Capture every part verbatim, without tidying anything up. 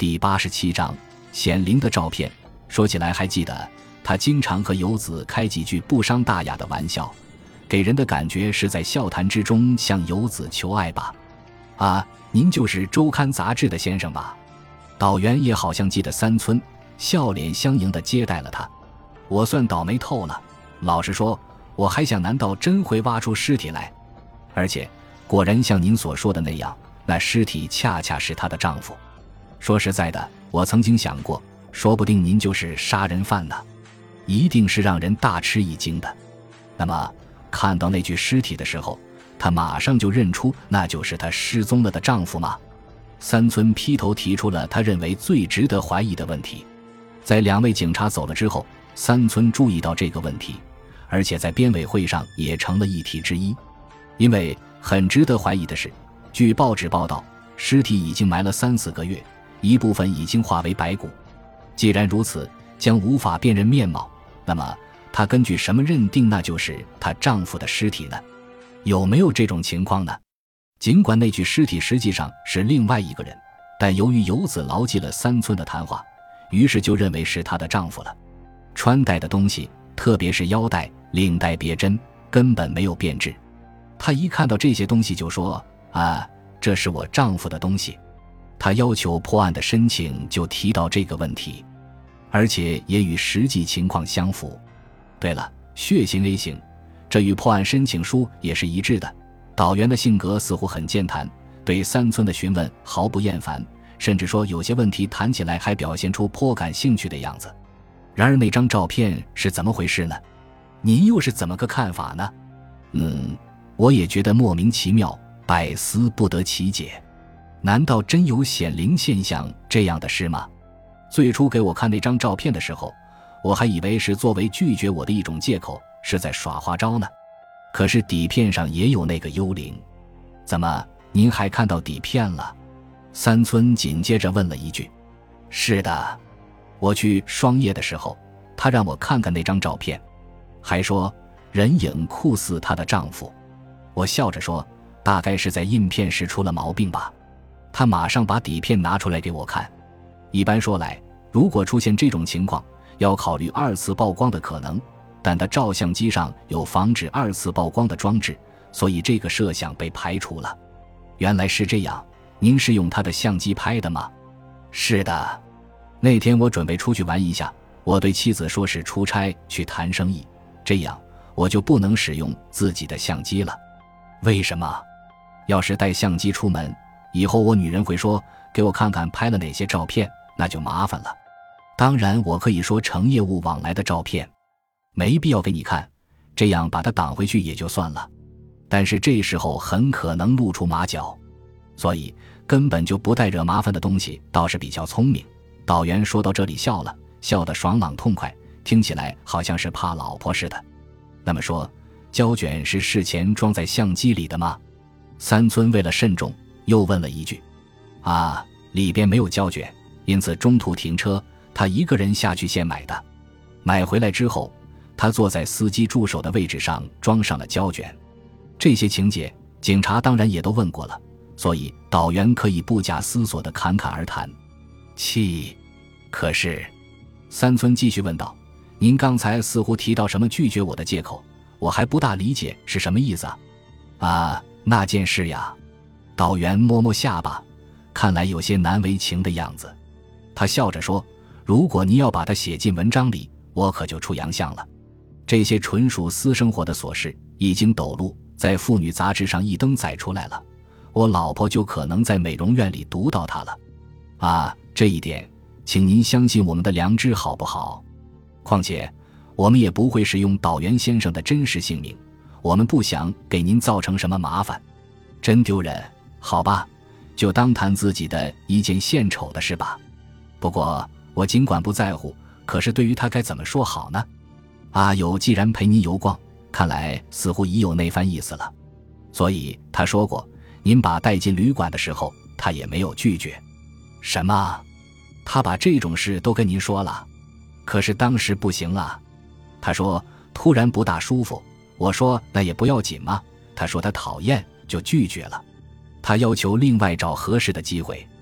第八十七章显灵的照片。说起来还记得，他经常和游子开几句不伤大雅的玩笑，给人的感觉是在笑谈之中向游子求爱吧。啊，您就是周刊杂志的先生吧？导员也好像记得三村，笑脸相迎地接待了他。我算倒霉透了，老实说，我还想难道真会挖出尸体来？而且果然像您所说的那样，那尸体恰恰是她的丈夫。说实在的，我曾经想过，说不定您就是杀人犯呢，一定是让人大吃一惊的。那么看到那具尸体的时候，她马上就认出那就是她失踪了的丈夫吗？三村劈头提出了他认为最值得怀疑的问题。在两位警察走了之后，三村注意到这个问题，而且在编委会上也成了议题之一。因为很值得怀疑的是，据报纸报道，尸体已经埋了三四个月，一部分已经化为白骨。既然如此，将无法辨认面貌，那么她根据什么认定那就是她丈夫的尸体呢？有没有这种情况呢？尽管那具尸体实际上是另外一个人，但由于游子牢记了三村的谈话，于是就认为是她的丈夫了。穿戴的东西，特别是腰带、领带别针，根本没有变质。她一看到这些东西就说：啊，这是我丈夫的东西。她要求破案的申请就提到这个问题，而且也与实际情况相符。对了，血型 A 型，这与破案申请书也是一致的。导员的性格似乎很健谈，对三村的询问毫不厌烦，甚至说有些问题谈起来还表现出颇感兴趣的样子。然而那张照片是怎么回事呢？您又是怎么个看法呢？嗯，我也觉得莫名其妙，百思不得其解。难道真有显灵现象这样的事吗？最初给我看那张照片的时候，我还以为是作为拒绝我的一种借口，是在耍花招呢。可是底片上也有那个幽灵。怎么，您还看到底片了？三村紧接着问了一句。是的，我去双叶的时候，他让我看看那张照片，还说人影酷似她的丈夫。我笑着说，大概是在印片时出了毛病吧。他马上把底片拿出来给我看。一般说来，如果出现这种情况，要考虑二次曝光的可能，但他照相机上有防止二次曝光的装置，所以这个设想被排除了。原来是这样，您是用他的相机拍的吗？是的，那天我准备出去玩一下，我对妻子说是出差去谈生意，这样我就不能使用自己的相机了。为什么？要是带相机出门，以后我女人会说，给我看看拍了哪些照片，那就麻烦了。当然我可以说成业务往来的照片，没必要给你看，这样把它挡回去也就算了。但是这时候很可能露出马脚，所以根本就不带惹麻烦的东西倒是比较聪明。导员说到这里笑了，笑得爽朗痛快，听起来好像是怕老婆似的。那么说，胶卷是事前装在相机里的吗？三村为了慎重又问了一句。啊，里边没有胶卷，因此中途停车，他一个人下去现买的。买回来之后，他坐在司机助手的位置上装上了胶卷。这些情节警察当然也都问过了，所以导员可以不假思索地侃侃而谈。气，可是三村继续问道，您刚才似乎提到什么拒绝我的借口，我还不大理解是什么意思啊？啊，那件事呀。导员摸摸下巴，看来有些难为情的样子。他笑着说，如果您要把它写进文章里，我可就出洋相了。这些纯属私生活的琐事已经抖露，在妇女杂志上一登载出来了，我老婆就可能在美容院里读到它了。啊，这一点请您相信我们的良知好不好？况且我们也不会使用导员先生的真实姓名，我们不想给您造成什么麻烦。真丢人，好吧，就当谈自己的一件献丑的事吧。不过我尽管不在乎，可是对于他该怎么说好呢？阿友既然陪您游逛，看来似乎已有那番意思了。所以他说过，您把带进旅馆的时候，他也没有拒绝。什么？他把这种事都跟您说了？可是当时不行啊。他说突然不大舒服，我说那也不要紧嘛。他说他讨厌，就拒绝了。他要求另外找合适的机会。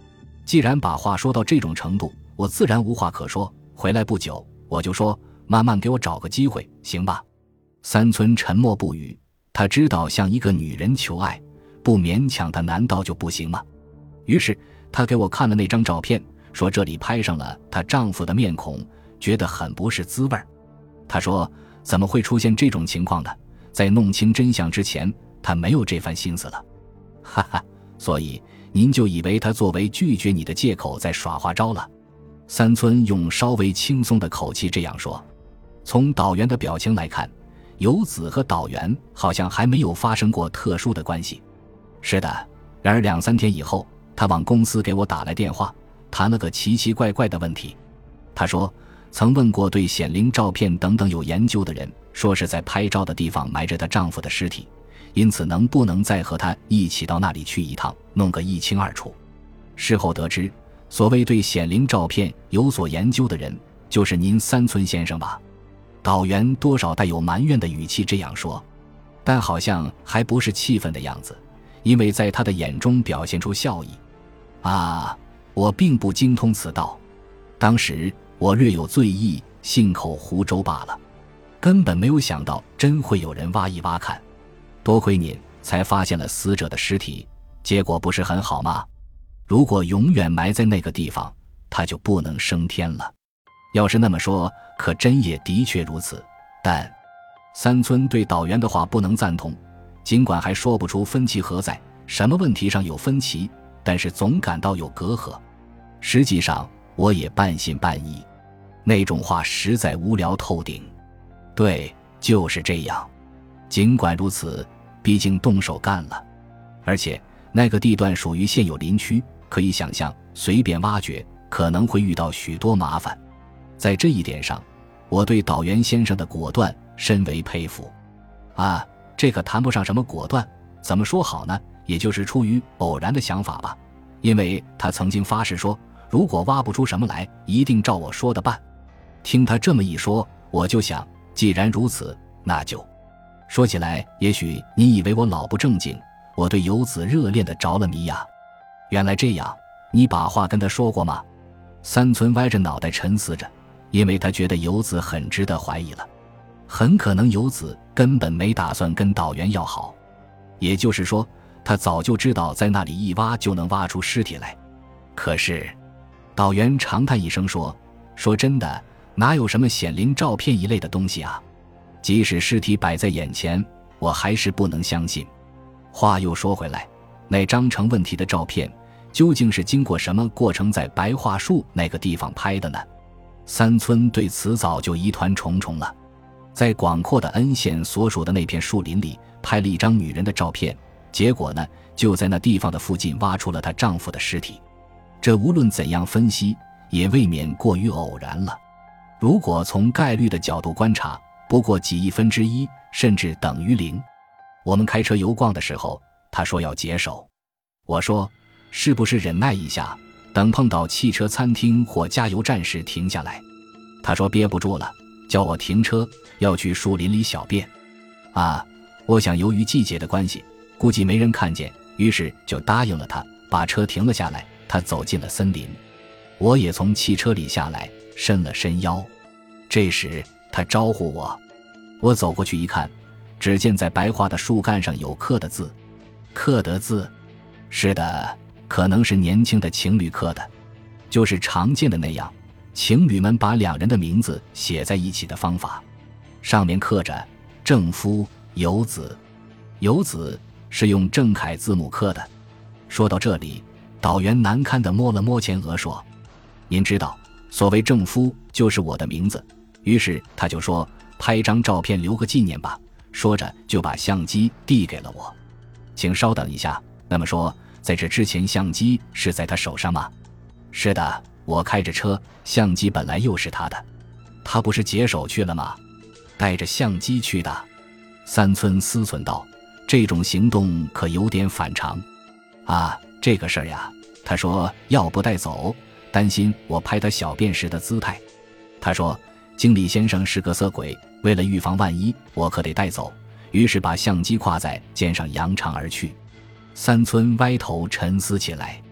既然把话说到这种程度，我自然无话可说。回来不久，我就说，慢慢给我找个机会，行吧？三村沉默不语，他知道向一个女人求爱，不勉强她难道就不行吗？于是他给我看了那张照片，说这里拍上了她丈夫的面孔，觉得很不是滋味。他说，怎么会出现这种情况呢？在弄清真相之前，他没有这番心思了。哈哈，所以您就以为他作为拒绝你的借口在耍花招了？三村用稍微轻松的口气这样说。从岛原的表情来看，游子和岛原好像还没有发生过特殊的关系。是的，然而两三天以后，他往公司给我打来电话，谈了个奇奇怪怪的问题。他说，曾问过对显灵照片等等有研究的人，说是在拍照的地方埋着她丈夫的尸体，因此能不能再和她一起到那里去一趟，弄个一清二楚。事后得知，所谓对显灵照片有所研究的人，就是您三村先生吧？岛原多少带有埋怨的语气这样说，但好像还不是气愤的样子，因为在他的眼中表现出笑意。啊，我并不精通此道，当时我略有醉意，信口胡诌罢了，根本没有想到真会有人挖一挖看。多亏您才发现了死者的尸体，结果不是很好吗？如果永远埋在那个地方，他就不能升天了。要是那么说，可真也的确如此。但三村对岛原的话不能赞同，尽管还说不出分歧何在，什么问题上有分歧，但是总感到有隔阂。实际上我也半信半疑，那种话实在无聊透顶。对，就是这样。尽管如此，毕竟动手干了，而且那个地段属于现有林区，可以想象随便挖掘可能会遇到许多麻烦。在这一点上，我对岛原先生的果断深为佩服。啊，这可谈不上什么果断，怎么说好呢？也就是出于偶然的想法吧。因为他曾经发誓说，如果挖不出什么来，一定照我说的办。听他这么一说，我就想，既然如此，那就……说起来，也许你以为我老不正经，我对游子热恋的着了迷呀。原来这样，你把话跟他说过吗？三村歪着脑袋沉思着，因为他觉得游子很值得怀疑了。很可能游子根本没打算跟岛原要好，也就是说，他早就知道在那里一挖就能挖出尸体来。可是岛原长叹一声说，说真的，哪有什么显灵照片一类的东西啊？即使尸体摆在眼前，我还是不能相信。话又说回来，那张成问题的照片究竟是经过什么过程在白桦树那个地方拍的呢？三村对此早就疑团重重了。在广阔的恩县所属的那片树林里拍了一张女人的照片，结果呢，就在那地方的附近挖出了她丈夫的尸体。这无论怎样分析，也未免过于偶然了。如果从概率的角度观察，不过几亿分之一，甚至等于零。我们开车游逛的时候，他说要解手，我说是不是忍耐一下，等碰到汽车餐厅或加油站时停下来。他说憋不住了，叫我停车，要去树林里小便。啊，我想由于季节的关系，估计没人看见，于是就答应了他，把车停了下来。他走进了森林，我也从汽车里下来，伸了伸腰。这时他招呼我，我走过去一看，只见在白桦的树干上有刻的字。刻的字？是的，可能是年轻的情侣刻的，就是常见的那样，情侣们把两人的名字写在一起的方法。上面刻着正夫游子，游子是用正楷字母刻的。说到这里，岛原难堪地摸了摸前额说，您知道，所谓正夫就是我的名字。于是他就说，拍张照片留个纪念吧，说着就把相机递给了我。请稍等一下，那么说，在这之前相机是在他手上吗？是的，我开着车，相机本来又是他的。他不是解手去了吗？带着相机去的。三村思忖道，这种行动可有点反常。啊，这个事儿呀，他说要不带走，担心我拍他小便时的姿态。他说经理先生是个色鬼，为了预防万一，我可得带走，于是把相机挎在肩上扬长而去。三村歪头沉思起来，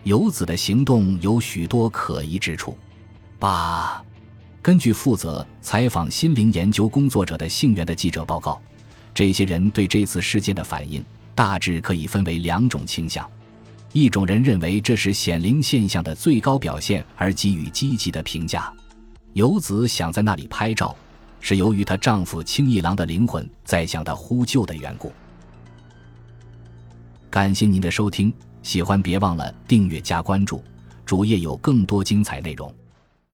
游子的行动有许多可疑之处。八，根据负责采访心灵研究工作者的幸源的记者报告，这些人对这次事件的反应大致可以分为两种倾向。一种人认为这是显灵现象的最高表现而给予积极的评价，游子想在那里拍照，是由于她丈夫青一郎的灵魂在向她呼救的缘故。感谢您的收听，喜欢别忘了订阅加关注，主页有更多精彩内容。